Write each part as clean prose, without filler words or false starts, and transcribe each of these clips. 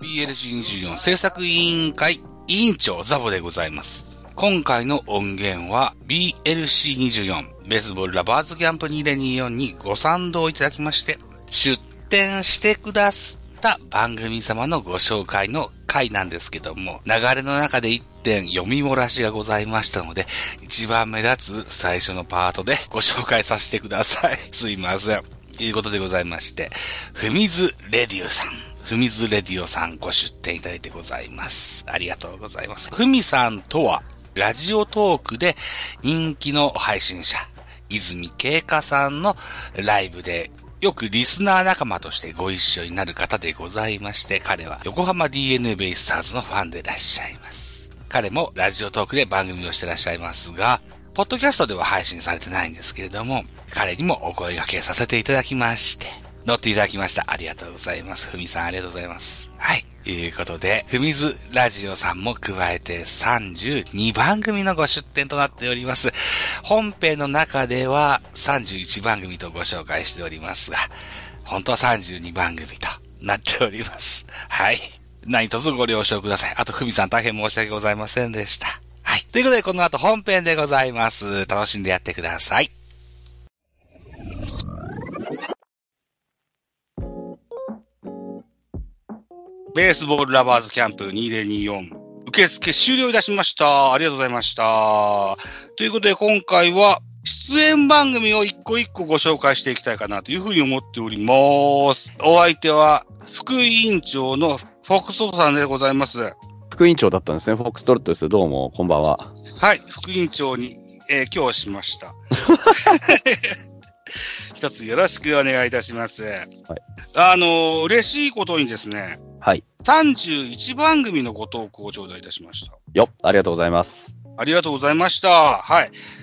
BLC24 制作委員会委員長ザボでございます。今回の音源は BLC24 ベースボールラバーズキャンプ2024にご賛同いただきまして出展してくださった番組様のご紹介の回なんですけども、流れの中で一点読み漏らしがございましたので、一番目立つ最初のパートでご紹介させてください。すいません。ということでございまして、ふみずレディオさん。ふみずレディオさんご出展いただいてございます。ありがとうございます。ふみさんとは、ラジオトークで人気の配信者、泉慶香さんのライブで、よくリスナー仲間としてご一緒になる方でございまして、彼は横浜 DNA ベイスターズのファンでいらっしゃいます。彼もラジオトークで番組をしてらっしゃいますが、ポッドキャストでは配信されてないんですけれども、彼にもお声掛けさせていただきまして、乗っていただきました。ありがとうございます。ふみさんありがとうございます。はい。ということで、ふみずラジオさんも加えて32番組のご出展となっております。本編の中では31番組とご紹介しておりますが、本当は32番組となっております。はい。何卒ご了承ください。あと、ふみさん大変申し訳ございませんでした。はい。ということで、この後本編でございます。楽しんでやってください。ベースボールラバーズキャンプ2024受付終了いたしました。ありがとうございました。ということで今回は出演番組を一個一個ご紹介していきたいかなというふうに思っております。お相手は副委員長のフォックストロットさんでございます。 副委員長だったんですね。フォックストロットです。どうも、こんばんは。 はい、副委員長に、今日しました。一つよろしくお願いいたします。はい。嬉しいことにですね。 はい。 31番組のご投稿を頂戴いたしました。 よっ、ありがとうございます。 ありがとうございました。はい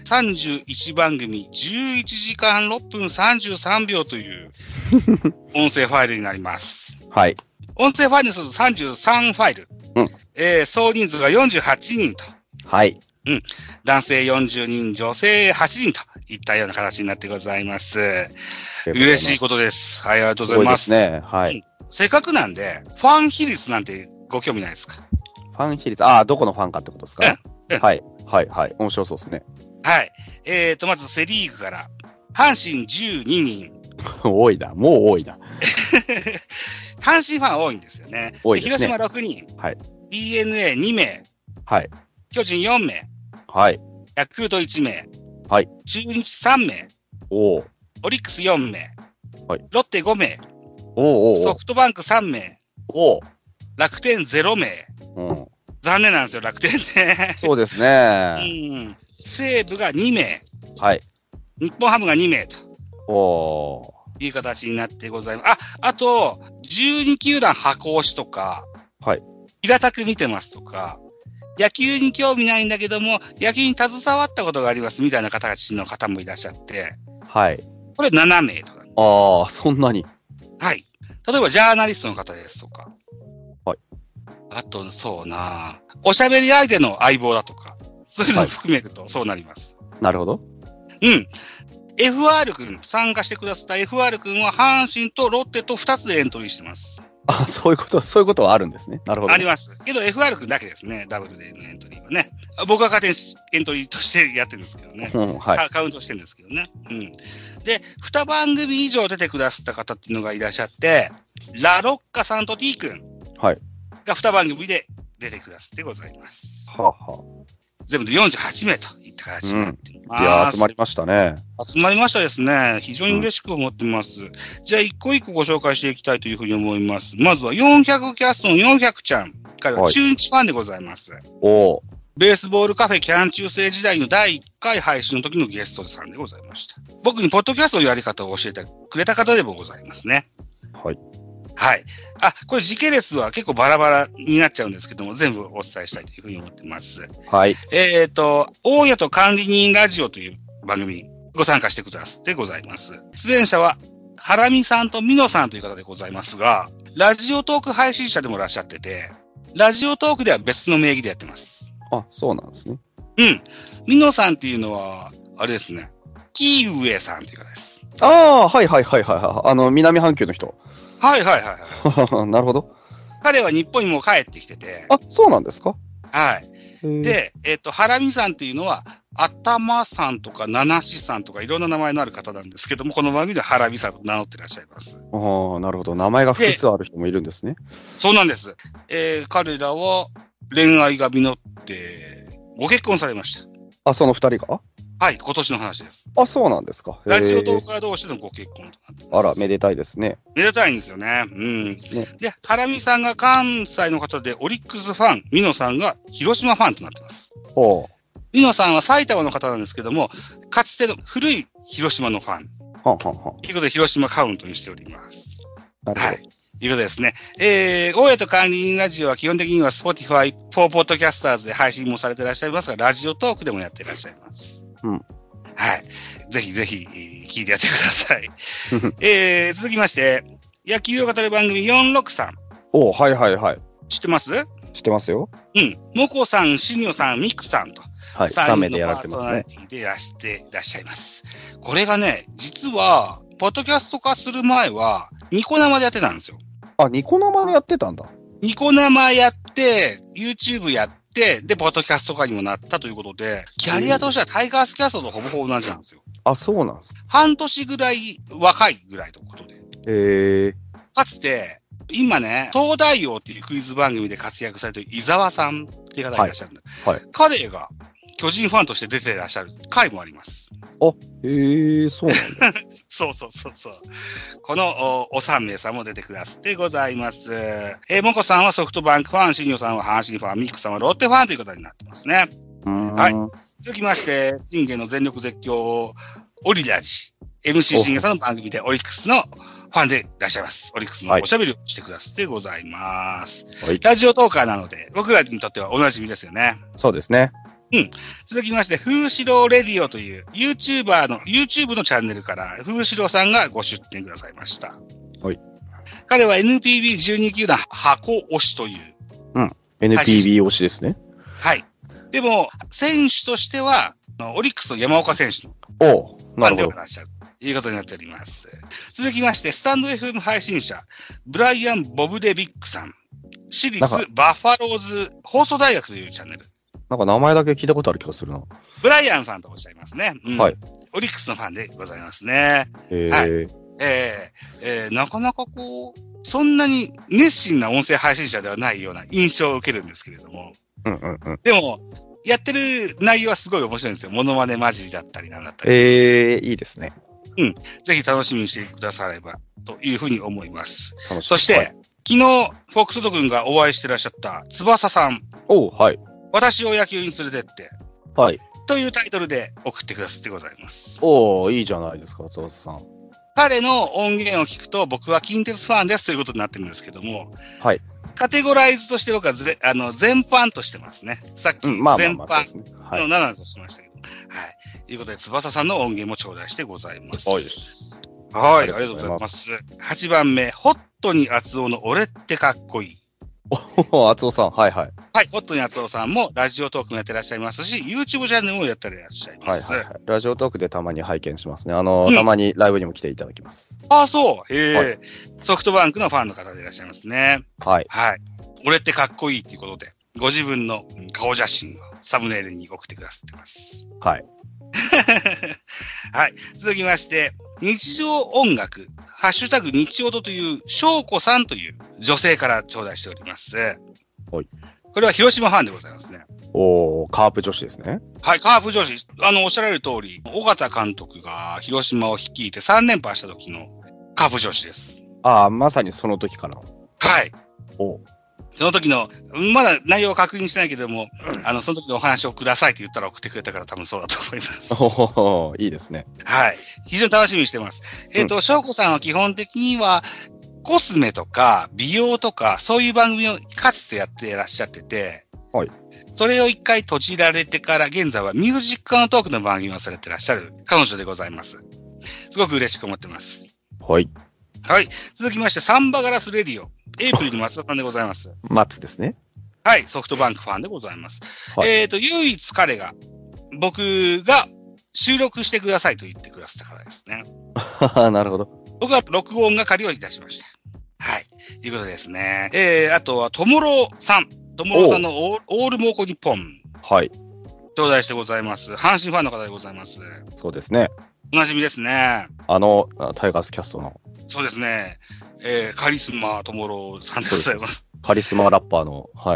。31番組、11時間6分33秒という音声ファイルになります。 はい。 音声ファイルにすると33ファイル。うん。総人数が48人と。 はい。 うん。男性40人、女性8人といったような形になってございます。嬉しいことです。はい、ありがとうございます。 そうですね。はい。 うんせっかくなんで、ファン比率なんてご興味ないですか？ ファン比率、どこのファンかってことですか？はい。はい。はい。面白そうですね。 はい。まずセリーグから、阪神12人。 多いな。もう多いな。 阪神ファン多いんですよね。 多いですね。 広島6人。 はい。 DNA2 名。 はい。 巨人4名。 はい。 ヤクルト1名。 はい。 中日3名。 オリックス4名。 はい。 ロッテ5名。ソフトバンク3名。楽天0名。残念なんですよ、楽天ね。 そうですね。 西武が2名。 はい。 日本ハムが2名と。いう形になってございます。あと、12球団箱推しとか。 はい。 平たく見てますとか。野球に興味ないんだけども、野球に携わったことがありますみたいな形の方もいらっしゃって。 はい。 これ7名とか。 そんなに。 はい。例えば、ジャーナリストの方ですとか。 はい。 あと、そうなおしゃべり相手の相棒だとか。そういうのを含めると、そうなります。 なるほど。 うん。FR 君、参加してくださった FR 君は、阪神とロッテと2つでエントリーしてます。 そういうことはあるんんですね。なるほど。 あります。けど、FR 君だけですね。ダブルでのエントリーはね。僕は勝手にエントリーとしてやってるんですけどね。はい。カウントしてるんですけどね。うん。で、2番組以上出てくださった方っていうのがいらっしゃって、ラロッカさんと T 君。 はい。 が2番組で出てくださってございます。全部で48名といった形になっています。 いや、集まりましたね。 集まりましたですね。非常に嬉しく思ってます。じゃあ、一個一個ご紹介していきたいというふうに思います。まずは400キャストの400ちゃんから中日ファンでございます。ベースボールカフェキャン中世時代の第1回配信の時のゲストさんでございました。僕にポッドキャストのやり方を教えてくれた方でもございますね。 はい。 はい。これ時系列は結構バラバラになっちゃうんですけども、全部お伝えしたいというふうに思ってます。 はい。 大家と管理人ラジオという番組にご参加してくださってございます。出演者は、ハラミさんとミノさんという方でございますが、ラジオトーク配信者でもいらっしゃってて、ラジオトークでは別の名義でやってます。 そうなんですね。 うん。ミノさんっていうのは、あれですね、キーウェイさんという方です。 はい。南半球の人。 はい。 なるほど。 はい。 彼は日本にもう帰ってきてて、 あ、そうなんですか？ はい。 で、 で、ハラミさんっていうのは、頭さんとか、七志さんとかいろんな名前のある方なんですけども、この番組ではハラミさんと名乗ってらっしゃいます。 ああ、なるほど。名前が複数ある人もいるんですね。 そうなんです。彼らは恋愛が実って、ご結婚されました。 あ、その二人が？ はい、今年の話です。 あ、そうなんですか。 ラジオトーカー同士でのご結婚となってます。 あら、めでたいですね。 めでたいんですよね。うん。 ね、 で、ハラミさんが関西の方でオリックスファン、ミノさんが広島ファンとなってます。 おう。 ミノさんは埼玉の方なんですけども、かつての古い広島のファン。 はんはんはん。 ということで、広島カウントにしております。 なるほど。 はい。ということですね。大家と管理人ラジオは基本的には Spotify、ポッドキャスターズで配信もされていらっしゃいますが、ラジオトークでもやっていらっしゃいます。 うん。 はい。ぜひぜひ、聞いてやってください。続きまして、野球を語る番組463。 おう、はいはいはい。 知ってます？ 知ってますよ。 うん。モコさん、シニョさん、ミクさんと。 はい。3名でやられてますね。 パーソナリティでいらっしゃいます。これがね、実は、ポッドキャスト化する前は、ニコ生でやってたんですよ。 あ、ニコ生でやってたんだ。 ニコ生やって、YouTube やって、で、ポッドキャスト化にもなったということで、キャリアとしてはタイガースキャストとほぼほぼ同じなんですよ。 あ、そうなんです。 半年ぐらい若いぐらいということで。かつて、今ね、東大王っていうクイズ番組で活躍されている伊沢さんっていう方がいらっしゃるんだ。 はい。 彼が巨人ファンとして出ていらっしゃる回もあります。 あ、そうなんだ。 そう。このお3名さんも出てくださってございます。モコさんはソフトバンクファン、シニョさんは阪神ファン、ミックさんはロッテファンということになってますね。はい。続きまして、信玄の全力絶叫、オリラジ。MC 信玄さんの番組でオリックスのファンでいらっしゃいます。オリックスのおしゃべりをしてくださってございます。はい、ラジオトーカーなので、僕らにとってはおなじみですよね。 そうですね。 うん。続きまして、風志郎レディオという YouTube のチャンネルから、風志郎さんがご出展くださいました。 はい。 彼は NPB12 球団箱推しという。 うん。NPB 推しですね。 はい。でも、選手としては、オリックスの山岡選手のファンでいらっしゃるということになっております。続きまして、スタンド FM 配信者、ブライアン・ボブデビックさん。私立バファローズ放送大学というチャンネル。 なんか名前だけ聞いたことある気がするな。 ブライアンさんとおっしゃいますね。 うん、はい。 オリックスのファンでございますね。はい。なかなかこう、そんなに熱心な音声配信者ではないような印象を受けるんですけれども。でも、やってる内容はすごい面白いんですよ。モノマネマジだったりなんだったり。 いいですね。 うん。ぜひ楽しみにしてくださればというふうに思います。 楽しみ。 そして、はい、昨日、フォックスト君がお会いしてらっしゃった翼さん。 はい。 私を野球に連れてって。 はい。 というタイトルで送ってくださってございます。 いいじゃないですか、翼さん。 彼の音源を聞くと、僕は近鉄ファンですということになってるんですけども。 はい。 カテゴライズとして僕は全般としてますね。さっき、全般の7としましたけど。はい。ということで、翼さんの音源も頂戴してございます。 はい。 はい、ありがとうございます。8番目、ホットに厚尾の俺ってかっこいい。 厚尾さん、はいはい。 はい、ホットに厚尾さんもラジオトークもやってらっしゃいますし、YouTube チャンネルもやってらっしゃいます。 はい。ラジオトークでたまに拝見しますね。たまにライブにも来ていただきます。 ああ、そう。ソフトバンクのファンの方でいらっしゃいますね。 はい。 はい。俺ってかっこいいっていうことで、ご自分の顔写真をサムネイルに送ってくださってます。 はい。 はい。続きまして、日常音楽、ハッシュタグ日音という、翔子さんという女性から頂戴しております。はい。これは広島ファンでございますね。 カープ女子ですね。 はい、カープ女子。おっしゃられる通り、尾形監督が広島を率いて3連覇した時のカープ女子です。 ああ、まさにその時からの。 はい。その時の、まだ内容は確認してないけども、その時のお話をくださいって言ったら送ってくれたから多分そうだと思います。 いいですね。 はい。非常に楽しみにしてます。翔子さんは基本的には、コスメとか美容とかそういう番組をかつてやっていらっしゃってて、 はい。 それを一回閉じられてから現在はミュージックトークの番組をされていらっしゃる彼女でございます。すごく嬉しく思ってます。 はい。 はい。続きまして、サンバガラスレディオ。エイプリル松田さんでございます。 松ですね。 はい。ソフトバンクファンでございます。はい、唯一彼が、僕が収録してくださいと言ってくださったからですね。 なるほど。 僕は録音係をいたしました。はい。 いうことですね。あとは、ともろさん。ともろさんのオールモーコニッポン。 はい。 頂戴してございます。阪神ファンの方でございます。 そうですね。 おなじみですね。 タイガースキャストの。 そうですね。カリスマともろさんでございます。 カリスマラッパーの、はい。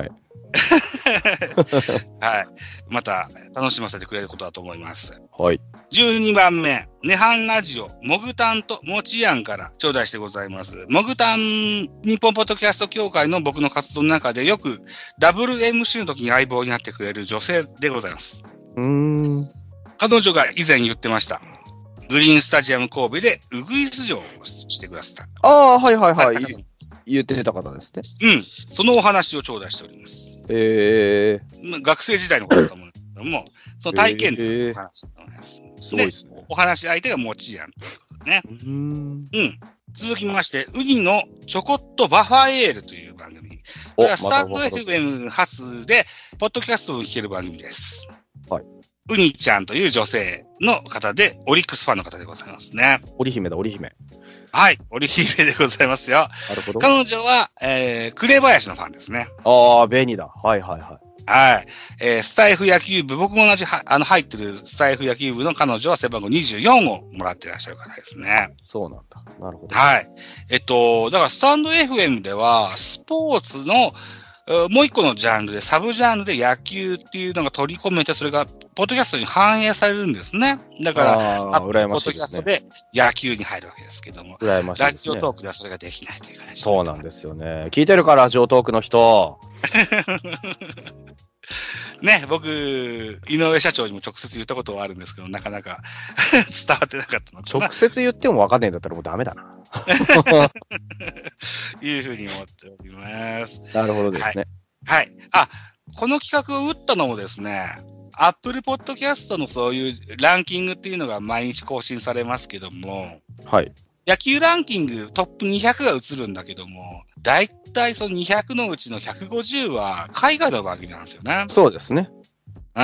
はい。また、楽しませてくれることだと思います。 はい。 12番目、ネハンラジオ、モグタンとモチヤンから頂戴してございます。モグタン、日本ポッドキャスト協会の僕の活動の中でよく、WMC の時に相棒になってくれる女性でございます。彼女が以前言ってました。グリーンスタジアム神戸でウグイス嬢をしてくださった。 ああ、はいはいはい。言ってた方ですね。 うん。そのお話を頂戴しております。学生時代のことだと思うんですけども、その体験談の話だと思います。 すごいですね。 お話し相手がもちやんということでね。続きまして、ウニのちょこっとバファエールという番組。これはスタンド FM 発で、ポッドキャストを聞ける番組です。 はい。 ウニちゃんという女性の方で、オリックスファンの方でございますね。 織姫だ、織姫。 はい。織姫でございますよ。 なるほど。 彼女は、紅林のファンですね。 ああ、紅だ。はいはいはい。 はい。スタイフ野球部、僕も同じ入ってるスタイフ野球部の彼女は背番号24をもらってらっしゃる方ですね。 そうなんだ。なるほど。 はい。だからスタンド FM では、スポーツの、もう一個のジャンルで、サブジャンルで野球っていうのが取り込めて、それが、ポッドキャストに反映されるんですね。だから、 羨ましいですね。 ポッドキャストで野球に入るわけですけども。 羨ましいですね。 ラジオトークではそれができないという感じ。 そうなんですよね。聞いてるから、ラジオトークの人。 ね、僕、井上社長にも直接言ったことはあるんですけど、なかなか伝わってなかったのかな。 直接言っても分かんないんだったらもうダメだな。 いうふうに思っております。 なるほどですね。 はい。あ、この企画を打ったのもですね、Apple Podcast のそういうランキングっていうのが毎日更新されますけども、 はい。 野球ランキングトップ200が映るんだけども、だいたいその200のうちの150は海外の番組なんですよね。 そうですね。 うん。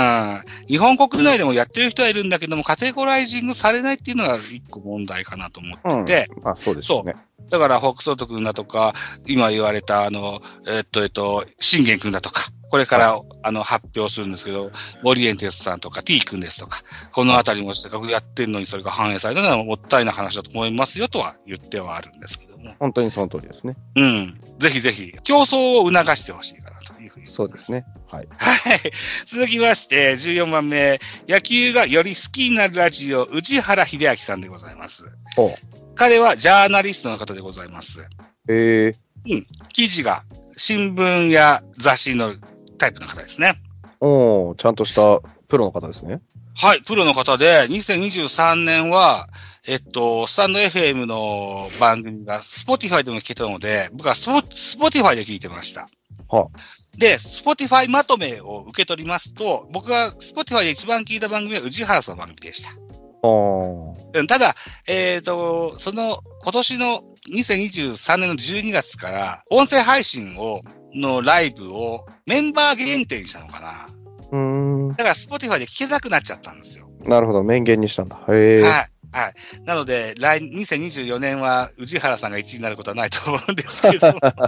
日本国内でもやってる人はいるんだけども、カテゴライジングされないっていうのが一個問題かなと思ってて。 まあそうですね。 だから、北斗くんだとか、今言われた信玄くんだとか、これから、発表するんですけど、オリエンテスさんとか T 君ですとか、このあたりもせっかくやってるのにそれが反映されたのはもったいない話だと思いますよとは言ってはあるんですけども。 本当にその通りですね。 うん。ぜひぜひ、競争を促してほしいかなというふうに。 そうですね。はい。 はい。続きまして、14番目、野球がより好きになるラジオ、宇治原秀明さんでございます。彼はジャーナリストの方でございます。記事が新聞や雑誌のタイプの方ですね。 ちゃんとしたプロの方ですね。 はい、プロの方で、2023年は、スタンド FM の番組が Spotify でも聞けたので、僕はSpotify で聞いてました。で、Spotify まとめを受け取りますと、僕が Spotify で一番聞いた番組は宇治原さんの番組でした。ただ、その、今年の2023年の12月から、音声配信のライブをメンバー限定にしたのかな。だから Spotify で聞けなくなっちゃったんですよ。 なるほど、免言にしたんだ。 はい。はい。なので、2024年は宇治原さんが1位になることはないと思うんですけど。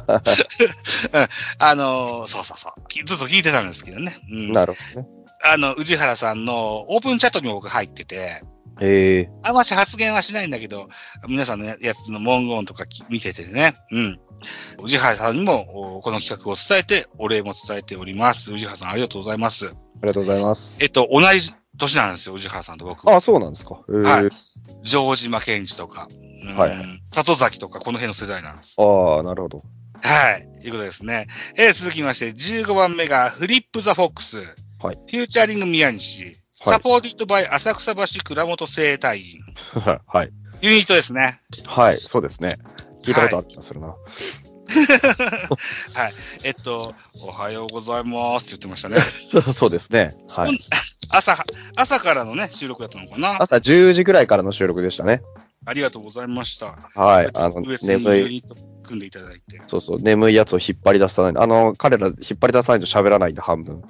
そうそうそう。ずっと聞いてたんですけどね。 なるほどね。 宇治原さんのオープンチャットに僕入ってて、あんまし発言はしないんだけど、皆さんのやつの文言とか見ててね。宇治原さんにも、この企画を伝えて、お礼も伝えております。宇治原さんありがとうございます。 ありがとうございます。 同じ年なんですよ、宇治原さんと僕。 あ、そうなんですか。 はい。城島健治とか、里崎とか、この辺の世代なんです。 ああ、なるほど。 はい。いうことですね。続きまして、15番目が、フリップザフォックス。 はい。 フューチャリング宮西。サポーティッドバイ浅草橋倉本生態院。 はい。 ユニットですね。 はい、そうですね。聞いたことある気がするな。はい。 おはようございますって言ってましたね。 そうですね。はい。 朝からのね、収録だったのかな。 朝10時ぐらいからの収録でしたね。 ありがとうございました。 はい。 眠い。ユニット組んでいただいて。 そうそう、眠いやつを引っ張り出さない。彼ら引っ張り出さないと喋らないんで、半分。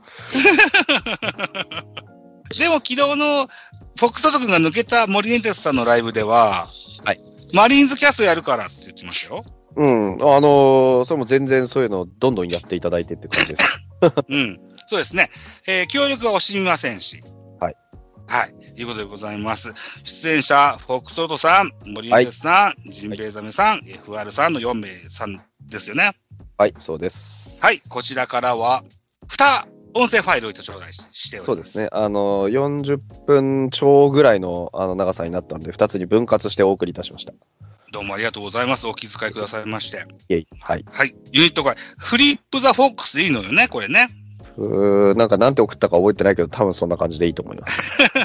でも昨日のフォックストト君が抜けた森エンテスさんのライブでは、 はい。 マリーンズキャストやるからって言ってましたよ。 うん。それも全然そういうのどんどんやっていただいてって感じです。 うん。そうですね。協力は惜しみませんし。 はい。 はい。ということでございます。出演者、フォックストロートさん、森エさん、ジンベエザメさん、FR さんの4名さんですよね。 はい、そうです。 はい。こちらからは、2音声ファイルを頂戴しております。 そうですね。40分超ぐらいの長さになったので、2つに分割してお送りいたしました。 どうもありがとうございます。お気遣いくださいまして。 はい。 はい。ユニットが、フリップザフォックスでいいのよね、これね。 なんて送ったか覚えてないけど、多分そんな感じでいいと思います。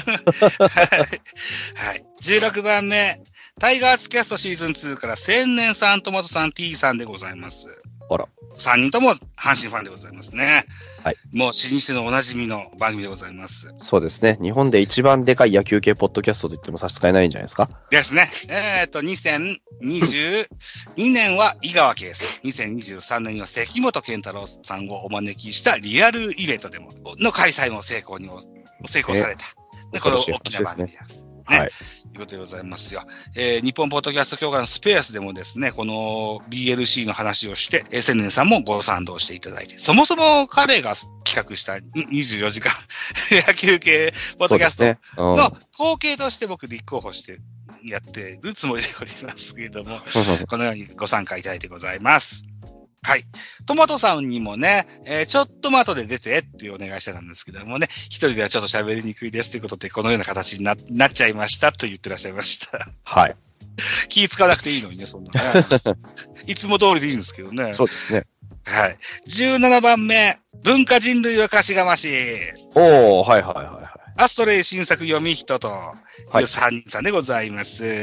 はい。16番目、タイガースキャストシーズン2から千年さん、トマトさん、T さんでございます。 あら。 3人とも阪神ファンでございますね。 はい。 もう老舗のおなじみの番組でございます。 そうですね。日本で一番でかい野球系ポッドキャストと言っても差し支えないんじゃないですか。 ですね。2022年は井川圭さん、2023年には関本健太郎さんをお招きしたリアルイベントでも、の開催も成功された。これ大きな番組です。ね。はい。ということでございますよ。日本ポッドキャスト協会のスペースでもですね、この BLC の話をして、千年さんもご賛同していただいて、そもそも彼が企画した24時間野球系ポッドキャストの統計として僕立候補してやってるつもりでおりますけれども、このようにご参加いただいてございます。はい。トマトさんにもね、ちょっと後で出てっていうお願いしてたんですけどもね、一人ではちょっと喋りにくいですということで、このような形になっちゃいましたと言ってらっしゃいました。 はい。 気使わなくていいのにね、そんなね。いつも通りでいいんですけどね。 そうですね。 はい。17番目、文化人類はかしがましい。 おー、はいはいはいはい。 アストレイ新作読み人という3人さんでございます。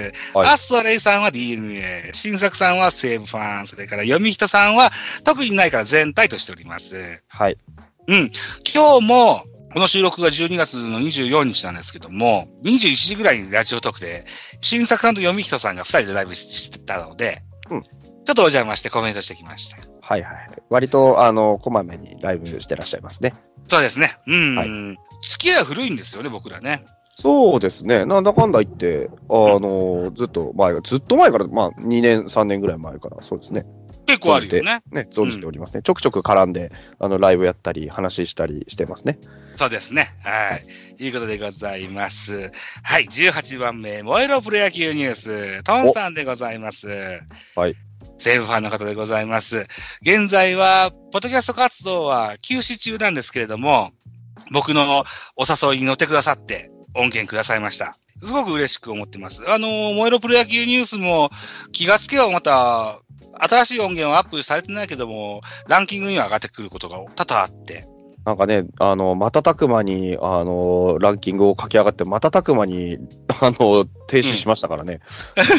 はい、 アストレイさんは DNA、新作さんは西武ファン、それから読み人さんは特にないから全体としております。 はい。 うん。今日も、この収録が12月の24日なんですけども、21時ぐらいにラジオトークで、新作さんと読み人さんが2人でライブしてたので、ちょっとお邪魔してコメントしてきました。 はいはい。割と、こまめにライブしてらっしゃいますね。 そうですね。はい、付き合いは古いんですよね、僕らね。そうですね。 なんだかんだ言って、ずっと前から、まあ、2年、3年ぐらい前から、そうですね。 結構あるよね。 存じておりますね。ちょくちょく絡んで、ライブやったり、話したりしてますね。 そうですね。はい。ということでございます。はい。18番目、燃えろプロ野球ニュース、トンさんでございます。 はい。 西武ファンの方でございます。現在は、ポッドキャスト活動は休止中なんですけれども、僕のお誘いに乗ってくださって、音源くださいました。すごく嬉しく思ってます。燃えろプロ野球ニュースも、気がつけばまた、新しい音源はアップされてないけども、ランキングには上がってくることが多々あって。 なんかね、瞬く間に、ランキングを駆け上がって、瞬く間に、停止しましたからね。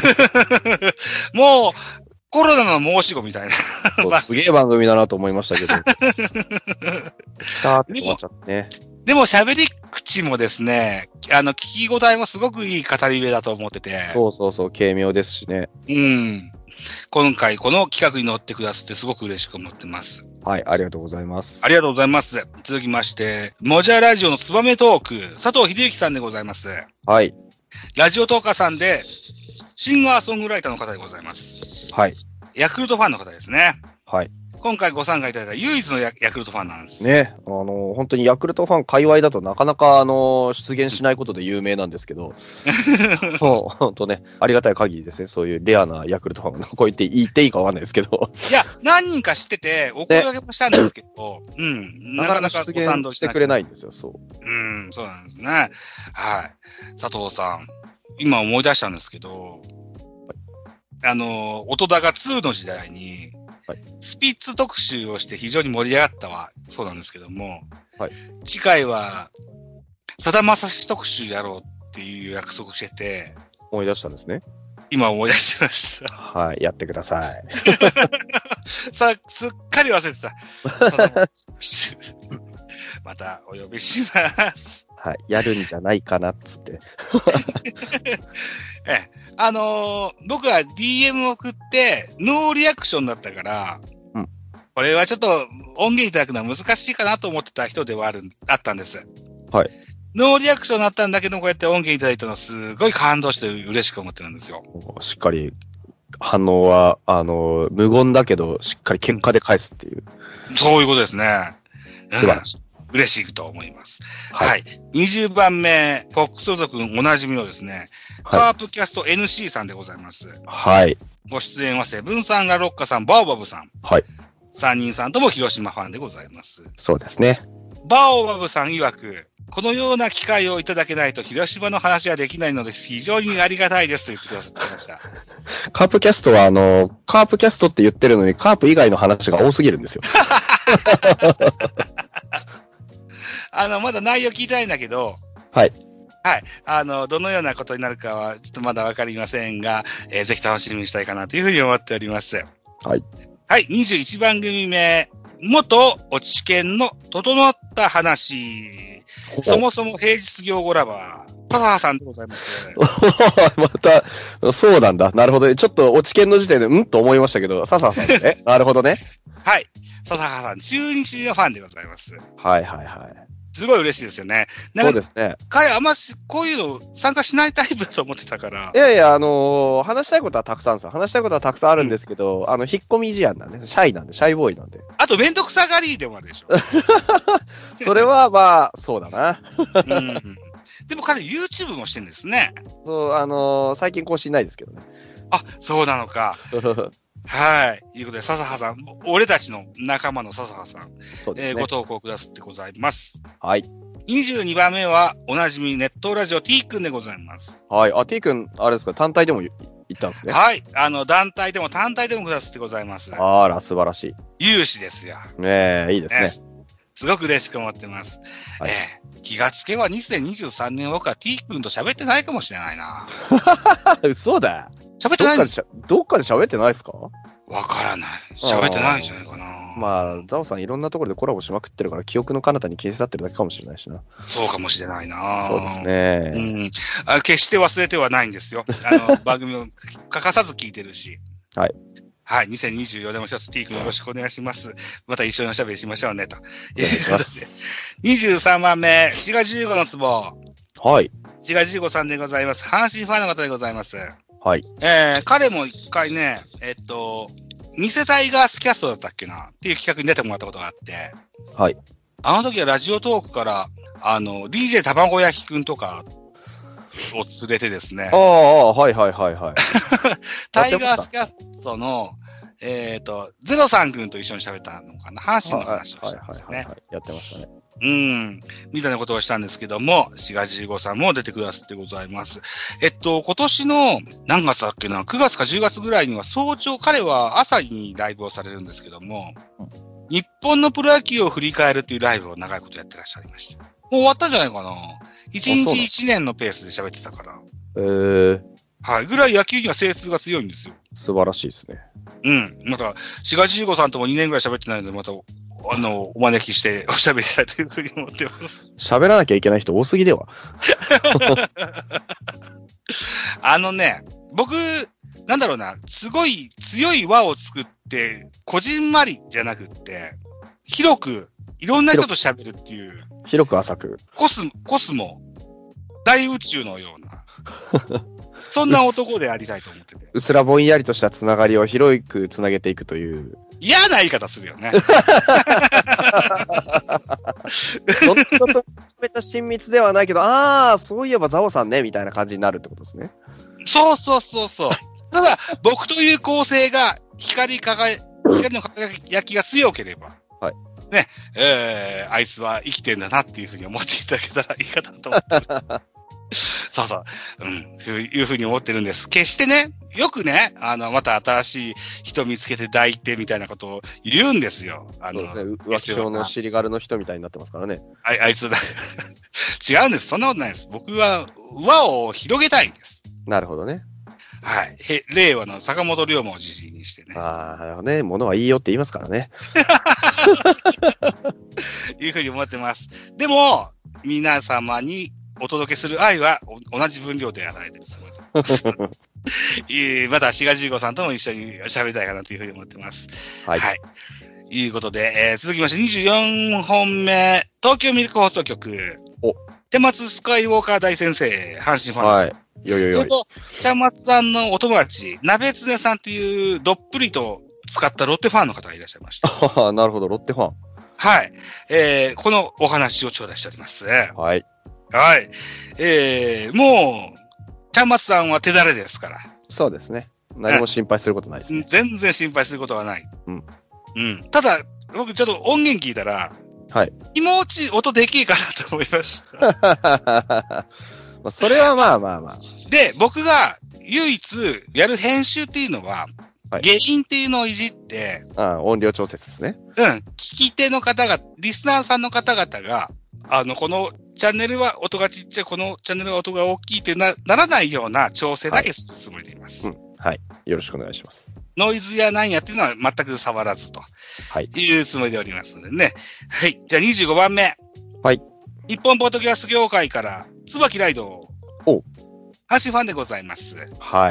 もう、コロナの申し子みたいな。すげえ番組だなと思いましたけど。来たって思っちゃってね。 でも喋り口もですね、聞き応えもすごくいい語り部だと思ってて。 そう、軽妙ですしね。 今回この企画に乗ってくださってすごく嬉しく思ってます。 はい、ありがとうございます。 ありがとうございます。続きまして、モジャラジオのツバメトーク、佐藤秀幸さんでございます。 はい。 ラジオトーカーさんで、シンガーソングライターの方でございます。 はい。 ヤクルトファンの方ですね。 はい。 今回ご参加いただいた唯一のヤクルトファンなんです。 ね。本当にヤクルトファン界隈だとなかなか出現しないことで有名なんですけど、もう本当ね、ありがたい限りですね、そういうレアなヤクルトファン、こう言っていいかわかんないですけど。 いや、何人か知ってて、お声掛けもしたんですけど、 なかなか出現してくれないんですよ、そう。 そうなんですね。はい。佐藤さん、今思い出したんですけど、音高2の時代に、スピッツ特集をして非常に盛り上がったはそうなんですけども、次回は、さだまさし特集やろうっていう約束してて、 思い出したんですね。 今思い出しました。 はい、やってください。 さあ、すっかり忘れてた。またお呼びします。 はい、やるんじゃないかなっつって。 僕は DM 送って、ノーリアクションだったから、これはちょっと音源いただくのは難しいかなと思ってた人ではあったんです。 はい。 ノーリアクションだったんだけど、こうやって音源いただいたのはすごい感動して嬉しく思ってるんですよ。 しっかり反応は、無言だけど、しっかり結果で返すっていう。 そういうことですね。 素晴らしい。 嬉しいと思います。はい。20番目、フォックストロット君おなじみのですね、カープキャスト NC さんでございます。 はい。 ご出演はセブンさん、ラロッカさん、バオバブさん。 はい。 3人さんとも広島ファンでございます。 そうですね。 バオバブさん曰く、このような機会をいただけないと広島の話はできないので非常にありがたいですと言ってくださってました。 カープキャストはカープキャストって言ってるのにカープ以外の話が多すぎるんですよ。 まだ内容聞いてないんだけど、 はい。 はい。どのようなことになるかはちょっとまだわかりませんが、ぜひ楽しみにしたいかなというふうに思っております。 はい。 はい。21番組目。元落ち研の整った話。そもそも平日業後ラバー。パサハさんでございます。 また、そうなんだ。なるほど。ちょっと落ち研の時点で、と思いましたけど、笹さんね。なるほどね。 はい。笹ハさん、中日のファンでございます。 はいはいはい。 すごい嬉しいですよね。 そうですね。 彼、あんまこういうの参加しないタイプだと思ってたから。 いやいや、話したいことはたくさんですよ。話したいことはたくさんあるんですけど、引っ込み思案なんで、シャイボーイなんで。 あと、めんどくさがりでもあるでしょ。 それは、まあ、そうだな。 でも彼、YouTube もしてるんですね。 そう、最近更新ないですけどね。 あ、そうなのか。はい。いうことで、笹葉さん、俺たちの仲間の笹葉さん、そうですね。ご投稿くださってございます。 はい。 22番目は、おなじみネットラジオ T 君でございます。 はい。あ、T 君、あれですか、単体でも行ったんですね。 はい。団体でも単体でもくださってございます。 あら、素晴らしい。 有志ですよ。 ねえ、いいですね。 すごく嬉しく思ってます。はい、気がつけば2023年僕は T 君と喋ってないかもしれないな。 嘘だ。 喋ってないんどっかで喋ってないですか？ わからない。喋ってないんじゃないかな。 まあ、ザオさんいろんなところでコラボしまくってるから、記憶の彼方に消え去ってるだけかもしれないしな。 そうかもしれないな。 そうですね。 決して忘れてはないんですよ。番組を欠かさず聞いてるし。 はい。 はい。2024年も一つ T 君よろしくお願いします。また一緒におしゃべりしましょうね、ということで。23番目、4月15の壺。 はい。 4月15さんでございます。阪神ファンの方でございます。 はい。 彼も一回ね、偽タイガースキャストだったっけなっていう企画に出てもらったことがあって。 はい。 あの時はラジオトークから、DJ 卵焼きくんとかを連れてですね。 ああ、はいはいはいはい。 タイガースキャストの、ゼロさんくんと一緒に喋ったのかな阪神の話をしたんですね。 やってましたね。 みたいなことをしたんですけども、4月15さんも出てくださってございます。今年の、何月だっけな、9月か10月ぐらいには早朝、彼は朝にライブをされるんですけども、日本のプロ野球を振り返るっていうライブを長いことやってらっしゃいました。もう終わったんじゃないかな。1日1年のペースで喋ってたから。はい。ぐらい野球には精通が強いんですよ。 素晴らしいですね。 また、4月15さんとも2年ぐらい喋ってないので、また、お招きしておしゃべりしたいというふうに思ってます。 喋らなきゃいけない人多すぎでは。 僕、なんだろうな、すごい強い輪を作って、こじんまりじゃなくって、広く、いろんな人と喋るっていう。 広く浅く。 コスモ、大宇宙のような。そんな男でありたいと思ってて。 うすらぼんやりとしたつながりを広くつなげていくという。 嫌な言い方するよね。 どっちととめた親密ではないけど、そういえばザオさんね、みたいな感じになるってことですね。 そう。ただ、僕という構成が光の輝きが強ければ、 はい。 ね、あいつは生きてんだなっていうふうに思っていただけたらいいかなと思ってる。そう。いうふうに思ってるんです。決してね、よくね、また新しい人見つけて抱いてみたいなことを言うんですよ。 そうですね。浮気症の尻軽の人みたいになってますからね。 あいつだ。違うんです。そんなことないです。僕は輪を広げたいんです。 なるほどね。 はい。令和の坂本龍馬をじじいにしてね。 ね。物はいいよって言いますからね。 いうふうに思ってます。でも、皆様にお届けする愛は同じ分量で与えてるつもり。また、4月15さんとも一緒に喋りたいかなというふうに思ってます。はい。いうことで、続きまして24本目、東京ミルク放送局。 茶松スカイウォーカー大先生、阪神ファンはです。 い。よよよい。 それと、茶松さんのお友達、鍋つねさんっていうどっぷりと使ったロッテファンの方がいらっしゃいました。 なるほど、ロッテファン。 はい。このお話を頂戴しております。 はい。 はい。もう、茶松さんは手だれですから。 そうですね。何も心配することないですね。 全然心配することはない。 うん。 うん。ただ、僕ちょっと音源聞いたら、 はい。 気持ち音でけえかなと思いました。 それはまあまあまあ。 で、僕が唯一やる編集っていうのは、 はい、 原因っていうのをいじって、 音量調節ですね。 うん。聞き手の方が、リスナーさんの方々が、このチャンネルは音がちっちゃい、このチャンネルは音が大きいってならないような調整だけするつもりでいます。 はい。はい。よろしくお願いします。 ノイズや何やっていうのは全く触らずと。はい。いうつもりでおりますのでね。はい。じゃあ25番目。 はい。 日本ポッドキャスト業界から、椿ライド。 お。 阪神ファンでございます。 はい。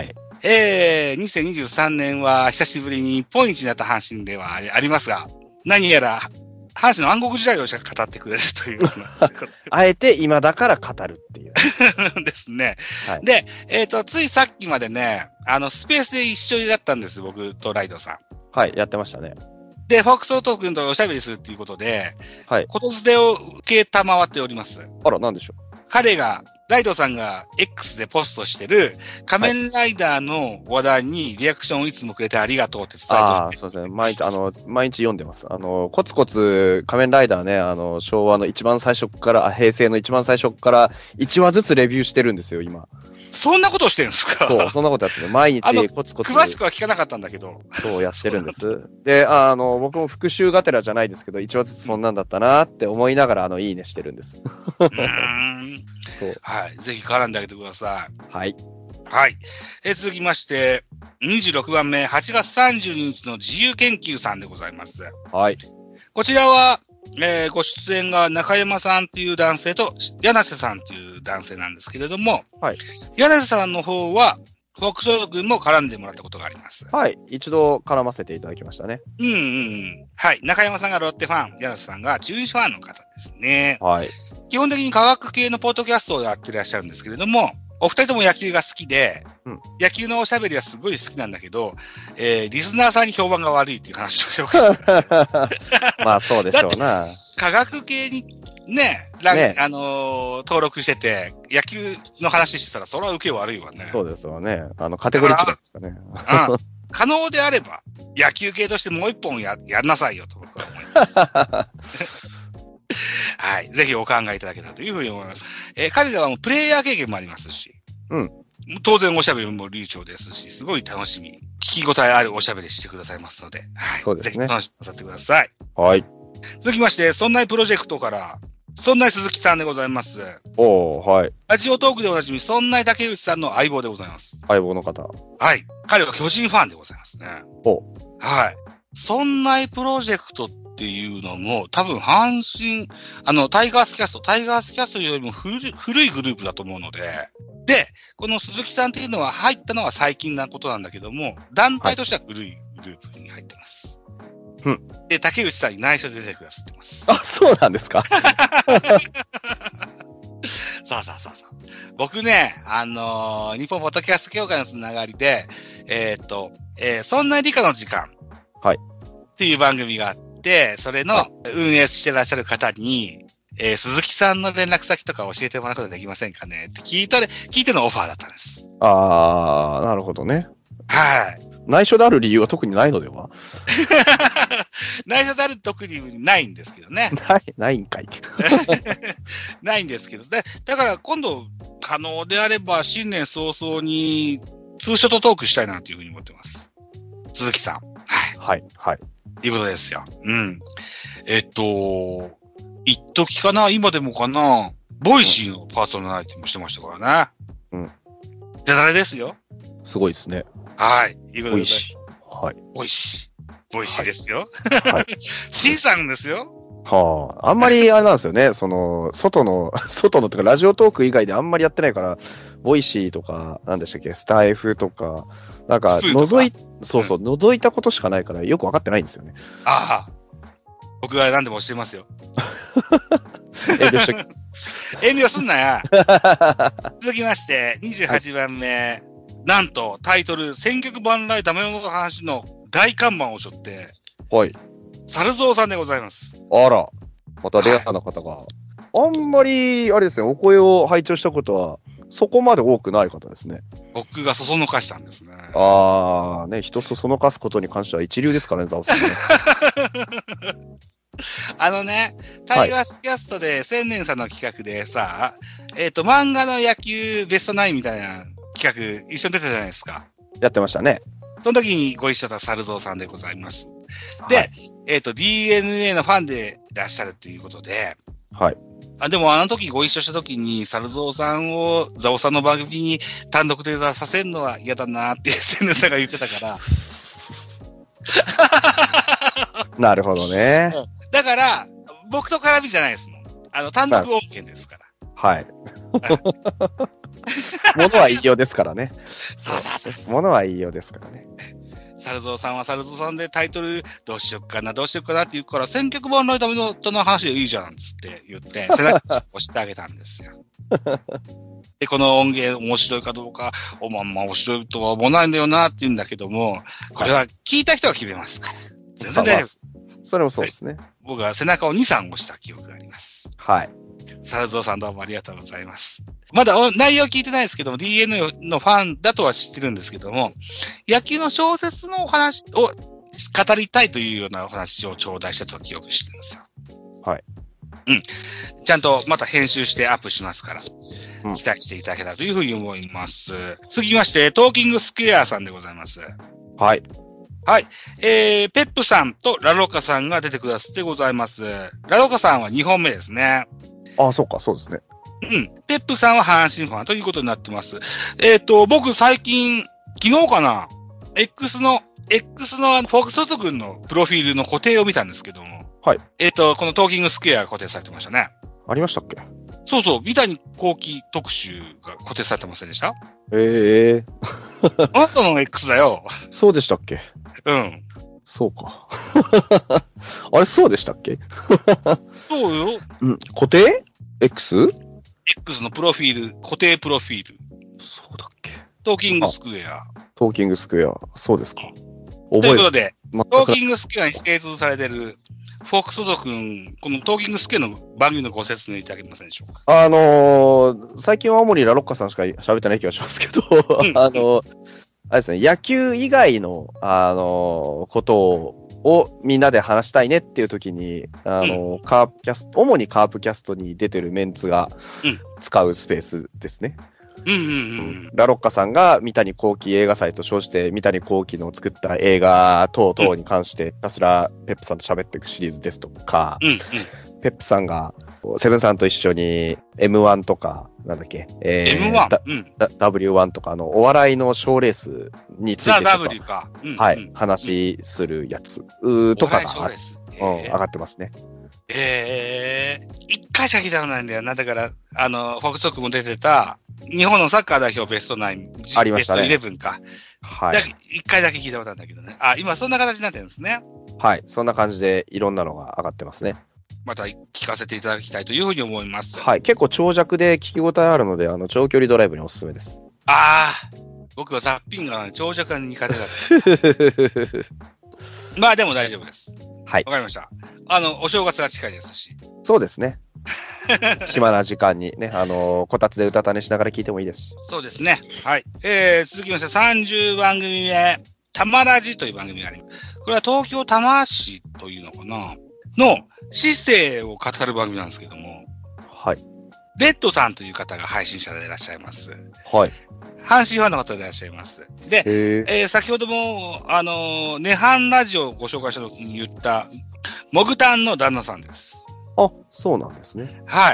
2023年は久しぶりに日本一になった阪神ではありますが、何やら、阪神の暗黒時代をしか語ってくれるという。 あえて今だから語るっていう。 ですね。 はい、 で、ついさっきまでね、スペースで一緒だったんです、僕とライドさん。 はい、やってましたね。 で、フォックスオート君とおしゃべりするっていうことで、 はい。 ことづてを受けたまわっております。 あら、なんでしょう。 彼が、ライドさんが X でポストしてる仮面ライダーの話題にリアクションをいつもくれてありがとうって伝えておいて。 ああ、そうですね。毎日読んでます。コツコツ仮面ライダーね、昭和の一番最初から、平成の一番最初から1話ずつレビューしてるんですよ、今。 そんなことをしてるんですか？ そう、そんなことやってる。毎日コツコツ。 詳しくは聞かなかったんだけど。 そう、やってるんです。で、僕も復習がてらじゃないですけど、1話ずつそんなんだったなって思いながら、いいねしてるんです。 そう。はい。ぜひ絡んであげてください。はい。 はい。続きまして、26番目、8月30日の自由研究さんでございます。 はい。 こちらは、ご出演が中山さんっていう男性と、柳瀬さんっていう男性なんですけれども、 はい。 柳瀬さんの方は、フォックソー君も絡んでもらったことがあります。 はい。一度絡ませていただきましたね。 はい。中山さんがロッテファン、柳瀬さんが中日ファンの方ですね。 はい。 基本的に科学系のポッドキャストをやってらっしゃるんですけれども、お二人とも野球が好きで、野球のおしゃべりはすごい好きなんだけど、リスナーさんに評判が悪いっていう話をよくしてました。 まあそうでしょうな。 科学系にね、登録してて、野球の話してたらそれは受け悪いわね。 そうですよね。カテゴリー違いでしたね。 可能であれば、野球系としてもう一本やんなさいよと僕は思います。はい。ぜひお考えいただけたらというふうに思います。彼らはもうプレイヤー経験もありますし、当然おしゃべりも流暢ですし、すごい楽しみ、聞き応えあるおしゃべりしてくださいますので、はい。そうですね。ぜひ楽しみなさってください。 はい。 続きまして、そんないプロジェクトから、そんない鈴木さんでございます。 はい。 ラジオトークでおなじみ、そんない竹内さんの相棒でございます。 相棒の方。 はい。彼は巨人ファンでございますね。はい。そんないプロジェクトっていうのも、多分阪神、タイガースキャストよりも古いグループだと思うので、で、この鈴木さんっていうのは入ったのは最近なことなんだけども、団体としては古いグループに入ってます。で、竹内さんに内緒で出てくださってます。 あ、そうなんですか？ そう。僕ね、日本ポッドキャスト協会のつながりで、そんな理科の時間。 はい。 っていう番組があって、それの運営してらっしゃる方に、鈴木さんの連絡先とか教えてもらうことできませんかねって聞いてのオファーだったんです。 あー、なるほどね。 はい。 内緒である理由は特にないのでは？ 内緒である特にないんですけどね。 ないんかい。 ないんですけど。だから今度、可能であれば新年早々にツーショットトークしたいなというふうに思ってます。鈴木さん。 はい。 いうことですよ。一時かな今でもかなボイシーのパーソナリティもしてましたからね。で、誰ですよ。 すごいですね。 はい。いうことで。 ボイシー。はい。 ボイシーですよ。はい。C さんですよ。 あんまりあれなんですよね。外のとかラジオトーク以外であんまりやってないから、ボイシーとか、なんでしたっけ、スタイフとか、なんか、覗いたことしかないからよくわかってないんですよね。 ああ。僕が何でもしてますよ。 遠慮しとき。 遠慮すんなや。続きまして、28番目。なんと、タイトル、千曲万来ダメ男の話の大看板を背負って、 はい。 猿蔵さんでございます。 あら、またレアな方が。あんまり、あれですね、お声を拝聴したことは、そこまで多くない方ですね。 僕がそそのかしたんですね。 あー、ね、人そそのかすことに関しては一流ですからね、ザオさんね。 タイガースキャストで千年さんの企画でさ、漫画の野球ベストナインみたいな企画一緒に出たじゃないですか。 やってましたね。 その時にご一緒だった猿蔵さんでございます。で、はい、DNA のファンでいらっしゃるということで、 はい。 でもあの時ご一緒した時に、猿蔵さんをザオさんの番組に単独で出させるのは嫌だなって千年さんが言ってたから。 なるほどね。 だから、僕と絡みじゃないですもん。単独音源ですから。 はい。物は言いようですからね。 そう。 物は言いようですからね。 猿蔵さんは猿蔵さんでタイトルどうしよっかなって言うから、千曲万来ダメのとの話でいいじゃんつって言って、背中押してあげたんですよ。で、この音源面白いかどうか、まあ面白いとは思わないんだよなって言うんだけども、これは聞いた人が決めますから。全然大丈夫です。 それもそうですね。 僕は背中を2、3押した記憶があります。 はい。 猿蔵さんどうもありがとうございます。まだ内容聞いてないですけども、DNA のファンだとは知ってるんですけども、野球の小説のお話を語りたいというようなお話を頂戴したと記憶してるんですよ。 はい。 うん。ちゃんとまた編集してアップしますから、期待していただけたらというふうに思います。続きまして、トーキングスクエアさんでございます。 はい。 はい。ペップさんとラロカさんが出てくださってございます。ラロカさんは2本目ですね。 ああ、そうか、そうですね。 うん。ペップさんは阪神ファンということになってます。僕最近、昨日かな X のフォークソフト軍のプロフィールの固定を見たんですけども。 はい。 このトーキングスクエアが固定されてましたね。 ありましたっけ？ そうそう。三谷幸喜特集が固定されてませんでした？ ええー。あなたの X だよ。 そうでしたっけ？ うん。 そうか。あれ、そうでしたっけ？ そうよ。 うん。固定 ?X？ X のプロフィール、固定プロフィール。 そうだっけ？ トーキングスクエア。 トーキングスクエア。そうですか。 ということで、トーキングスクエアに精通されてる、フォークソド君、このトーキングスクエアの番組のご説明いただけませんでしょうか？ 最近は主にラロッカさんしか喋ってない気がしますけど、あれですね、野球以外の、ことをみんなで話したいねっていう時に、カープキャスト、主にカープキャストに出てるメンツが使うスペースですね。ラロッカさんが三谷幸喜映画祭と称して三谷幸喜の作った映画等々に関してひたすらペップさんと喋っていくシリーズですとか、ペップさんがセブンさんと一緒に M1 とか、なんだっけ、W1 とかお笑いの賞レースについてザ・ W か。 はい、話するやつとかが上がってますね。 一回しか聞いたことないんだよな。だから、フォックストークも出てた、日本のサッカー代表ベスト9、 ありましたね。 ベスト11か。はい。一回だけ聞いたことあるんだけどね。あ、今そんな形になってるんですね。 はい。そんな感じでいろんなのが上がってますね。 また聞かせていただきたいというふうに思います。 はい。結構長尺で聞き応えあるので、長距離ドライブにおすすめです。 ああ、僕はザッピンが長尺が苦手だった。まあでも大丈夫です。 はい。 わかりました。お正月が近いですし。 そうですね。暇な時間にね、こたつで歌たねしながら聞いてもいいですし。 そうですね。はい。続きまして30番組目、たまらじという番組があります。これは東京多摩市というのかなの市政を語る番組なんですけども。 はい。 レッドさんという方が配信者でいらっしゃいます。 はい。 阪神ファンの方でいらっしゃいます。で、先ほども、ネハンラジオをご紹介した時に言った、モグタンの旦那さんです。 あ、そうなんですね。 はい。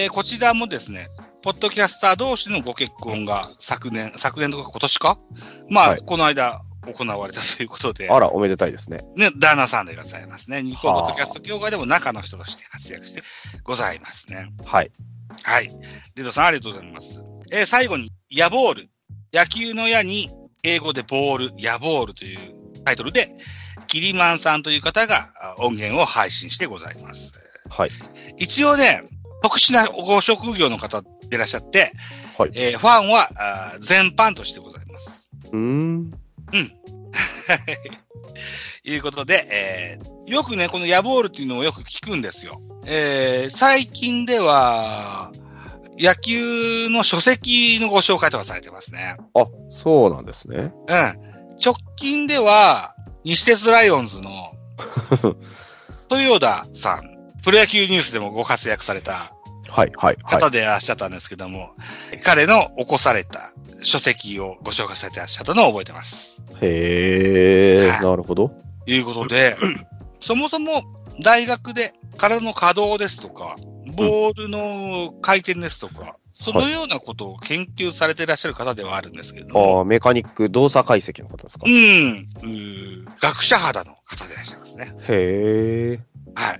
こちらもですね、ポッドキャスター同士のご結婚が昨年とか今年かまあ、はい、この間行われたということで。 あら、おめでたいですね。 ね、旦那さんでございますね。日本ポッドキャスト協会でも中の人として活躍してございますね。 はい。 はい。レッドさんありがとうございます。最後に、ヤボール。野球の矢に英語でボール、ヤボールというタイトルで、キリマンさんという方が音源を配信してございます。 はい。 一応ね、 特殊なご職業の方でいらっしゃって、 はい。 ファンは全般としてございます。うん。いうことで、よくね、このヤボールっていうのをよく聞くんですよ。最近では、野球の書籍のご紹介とかされてますね。 あ、そうなんですね。 うん。直近では、西鉄ライオンズの、豊田さん、プロ野球ニュースでもご活躍された、 はい、はい、はい。 方でいらっしゃったんですけども、彼の起こされた書籍をご紹介されていらっしゃったのを覚えてます。 へー、なるほど。 いうことで、そもそも大学で体の可動ですとか、ボールの回転ですとか、そのようなことを研究されていらっしゃる方ではあるんですけれども。 メカニック動作解析の方ですか？ 学者肌の方でいらっしゃいますね。 へー。 はい。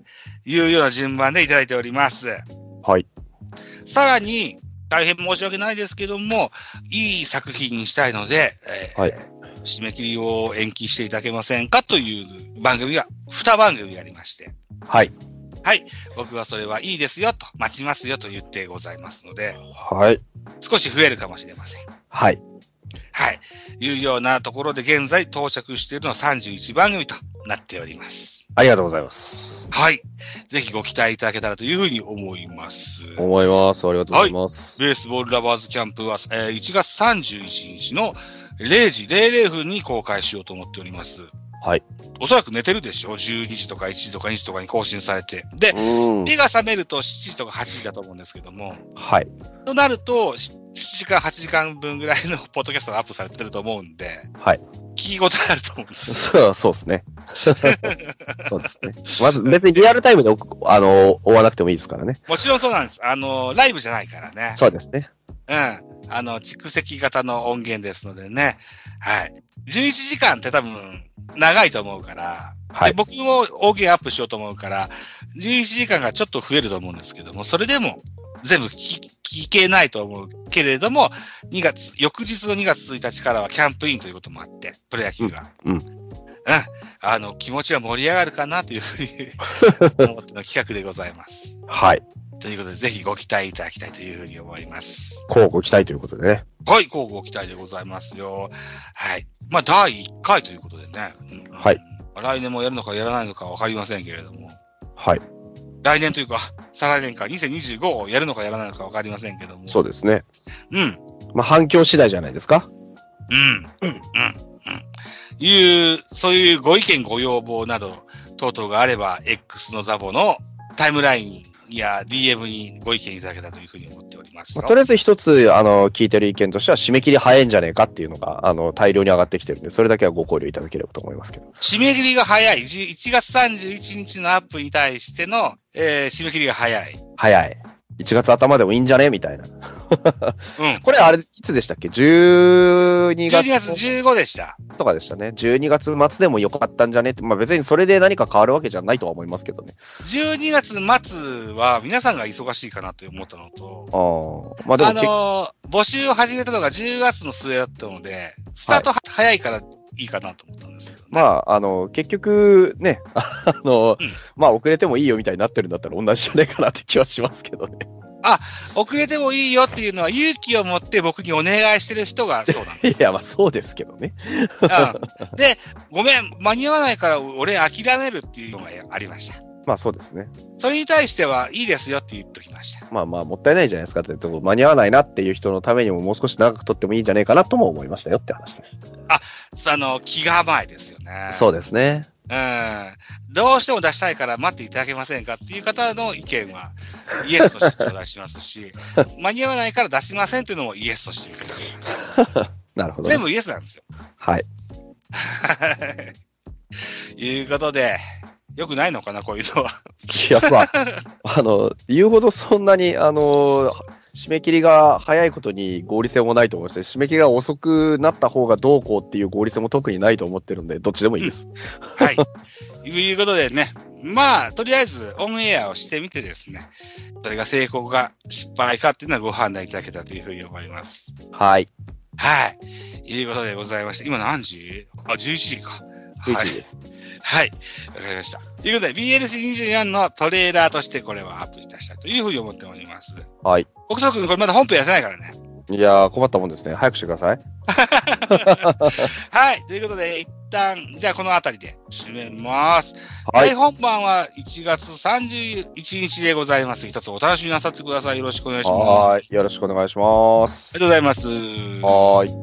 いうような順番でいただいております。 はい。 さらに、大変申し訳ないですけども、いい作品にしたいので、 はい。 締め切りを延期していただけませんかという番組が2番組ありまして。はい。はい。僕はそれはいいですよと、待ちますよと言ってございますので。 はい。 少し増えるかもしれません。 はい。 はい。いうようなところで現在到着しているのは31番組となっております。 ありがとうございます。 はい。ぜひご期待いただけたらというふうに思います。 思います。ありがとうございます。 はい。ベースボールラバーズキャンプは、1月31日の0時00分に公開しようと思っております。はい。おそらく寝てるでしょ ?12 時とか1時とか2時とかに更新されて。で、目が覚めると7時とか8時だと思うんですけども。はい。となると、7時間、8時間分ぐらいのポッドキャストがアップされてると思うんで。はい。聞き応えあると思うんです。 そうですね。そうですね。まず別にリアルタイムで追わなくてもいいですからね。 もちろんそうなんです。ライブじゃないからね。 そうですね。 うん。蓄積型の音源ですのでね。はい。11時間って多分、長いと思うから。はい。で僕も音源アップしようと思うから、11時間がちょっと増えると思うんですけども、それでも、全部聞けないと思うけれども、翌日の2月1日からはキャンプインということもあって、プロ野球が。気持ちが盛り上がるかなというふうに思っての企画でございます。はい。ということで、ぜひご期待いただきたいというふうに思います。 こうご期待ということでね。 はい、こうご期待でございますよ。はい。まあ、第1回ということでね。はい。来年もやるのかやらないのかわかりませんけれども。はい。来年というか、再来年か、2025をやるのかやらないのかわかりませんけども。 そうですね。うん。まあ、反響次第じゃないですか。 そういうご意見ご要望など、等々があれば、X のザボのタイムラインや DM にご意見いただけたというふうに思っております。 とりあえず一つ、聞いてる意見としては、締め切り早いんじゃねえかっていうのが、大量に上がってきてるんで、それだけはご考慮いただければと思いますけど。 締め切りが早い。1月31日のアップに対しての、締め切りが早い。 早い。1月頭でもいいんじゃねみたいな。これあれ、いつでしたっけ ?12 月。 12月15でした。 とかでしたね。12月末でもよかったんじゃねって。まあ別にそれで何か変わるわけじゃないとは思いますけどね。 12月末は皆さんが忙しいかなと思ったのと。まあでも募集を始めたのが10月の末だったので、スタート早いからいいかなと思ったんですけどね。 まあ、結局ね、まあ遅れてもいいよみたいになってるんだったら同じじゃねえかなって気はしますけどね。 遅れてもいいよっていうのは勇気を持って僕にお願いしてる人がそうなんです。 いや、まあそうですけどね。 で、ごめん、間に合わないから俺諦めるっていうのがありました。 まあそうですね。 それに対してはいいですよって言っときました。 まあまあもったいないじゃないですかって、間に合わないなっていう人のためにももう少し長く取ってもいいんじゃないかなとも思いましたよって話です。 気構えですよね。 そうですね。 どうしても出したいから待っていただけませんかっていう方の意見はイエスとして頂戴しますし、間に合わないから出しませんっていうのもイエスとして受け取ります。なるほど、ね。全部イエスなんですよ。はい。いうことで、よくないのかな、こういうのは。 いや、まあ、言うほどそんなに、締め切りが早いことに合理性もないと思いますし、締め切りが遅くなった方がどうこうっていう合理性も特にないと思ってるんで、どっちでもいいです。 はい。いうことでね、まあ、とりあえずオンエアをしてみてですね、それが成功か失敗かっていうのはご判断いただけたというふうに思います。はい。はい。いうことでございまして、今何時？11時か。11時です。はい。わかりました。 ということで、BLC24 のトレーラーとしてこれはアップいたしたというふうに思っております。 はい。 北斗くん、これまだ本編やってないからね。 いやー、困ったもんですね。早くしてください。 はい。ということで、一旦、じゃあこのあたりで締めます。 はい。 大本番は1月31日でございます。一つお楽しみなさってください。よろしくお願いします。 はい。よろしくお願いします。 ありがとうございます。 はい。